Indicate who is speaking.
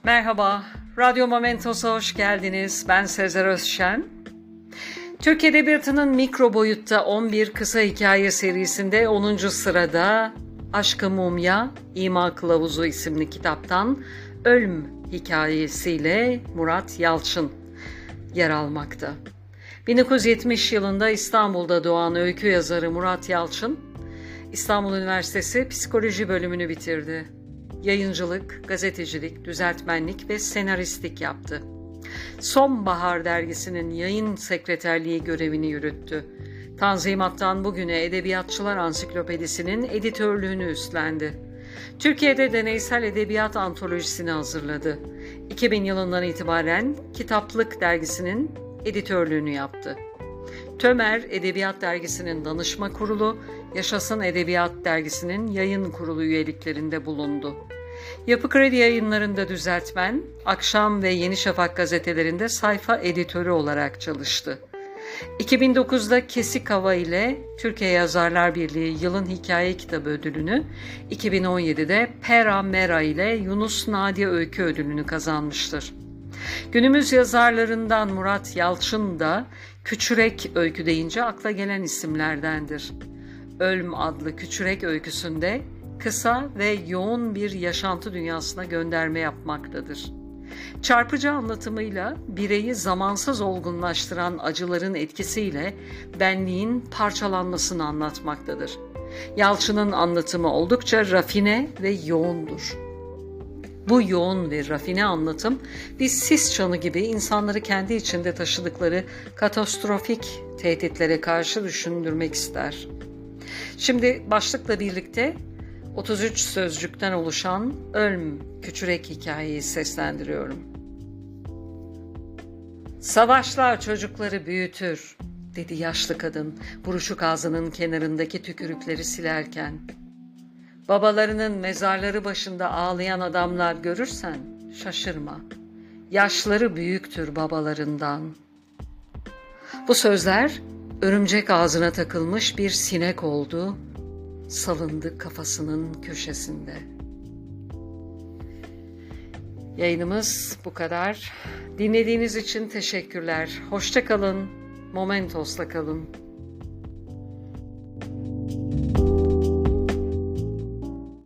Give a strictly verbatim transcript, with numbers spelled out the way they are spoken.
Speaker 1: Merhaba, Radyo Momentos'a hoş geldiniz. Ben Sezer Özşen. Türk Edebiyatı'nın mikro boyutta on bir kısa hikaye serisinde onuncu sırada Aşk-ı Mumya, İma Kılavuzu isimli kitaptan Ölüm hikayesiyle Murat Yalçın yer almakta. bin dokuz yüz yetmiş yılında İstanbul'da doğan öykü yazarı Murat Yalçın, İstanbul Üniversitesi Psikoloji bölümünü bitirdi. Yayıncılık, gazetecilik, düzeltmenlik ve senaristlik yaptı. Sonbahar dergisinin yayın sekreterliği görevini yürüttü. Tanzimat'tan bugüne Edebiyatçılar Ansiklopedisi'nin editörlüğünü üstlendi. Türkiye'de deneysel edebiyat antolojisini hazırladı. iki bin yılından itibaren Kitaplık dergisinin editörlüğünü yaptı. Tömer Edebiyat Dergisi'nin danışma kurulu, Yaşasın Edebiyat Dergisi'nin yayın kurulu üyeliklerinde bulundu. Yapı Kredi Yayınları'nda düzeltmen, Akşam ve Yeni Şafak gazetelerinde sayfa editörü olarak çalıştı. iki bin dokuzda Kesik Hava ile Türkiye Yazarlar Birliği Yılın Hikaye Kitabı ödülünü, iki bin on yedide Pera Mera ile Yunus Nadi Öykü ödülünü kazanmıştır. Günümüz yazarlarından Murat Yalçın da Küçürek öykü deyince akla gelen isimlerdendir. Ölüm adlı Küçürek öyküsünde kısa ve yoğun bir yaşantı dünyasına gönderme yapmaktadır. Çarpıcı anlatımıyla bireyi zamansız olgunlaştıran acıların etkisiyle benliğin parçalanmasını anlatmaktadır. Yalçın'ın anlatımı oldukça rafine ve yoğundur. Bu yoğun ve rafine anlatım bir sis çanı gibi insanları kendi içinde taşıdıkları katastrofik tehditlere karşı düşündürmek ister. Şimdi başlıkla birlikte otuz üç sözcükten oluşan Ölüm Küçürek hikayeyi seslendiriyorum. Savaşlar çocukları büyütür, dedi yaşlı kadın buruşuk ağzının kenarındaki tükürükleri silerken. Babalarının mezarları başında ağlayan adamlar görürsen şaşırma. Yaşları büyüktür babalarından. Bu sözler örümcek ağzına takılmış bir sinek oldu, salındı kafasının köşesinde. Yayınımız bu kadar. Dinlediğiniz için teşekkürler. Hoşça kalın. Momentos'la kalın.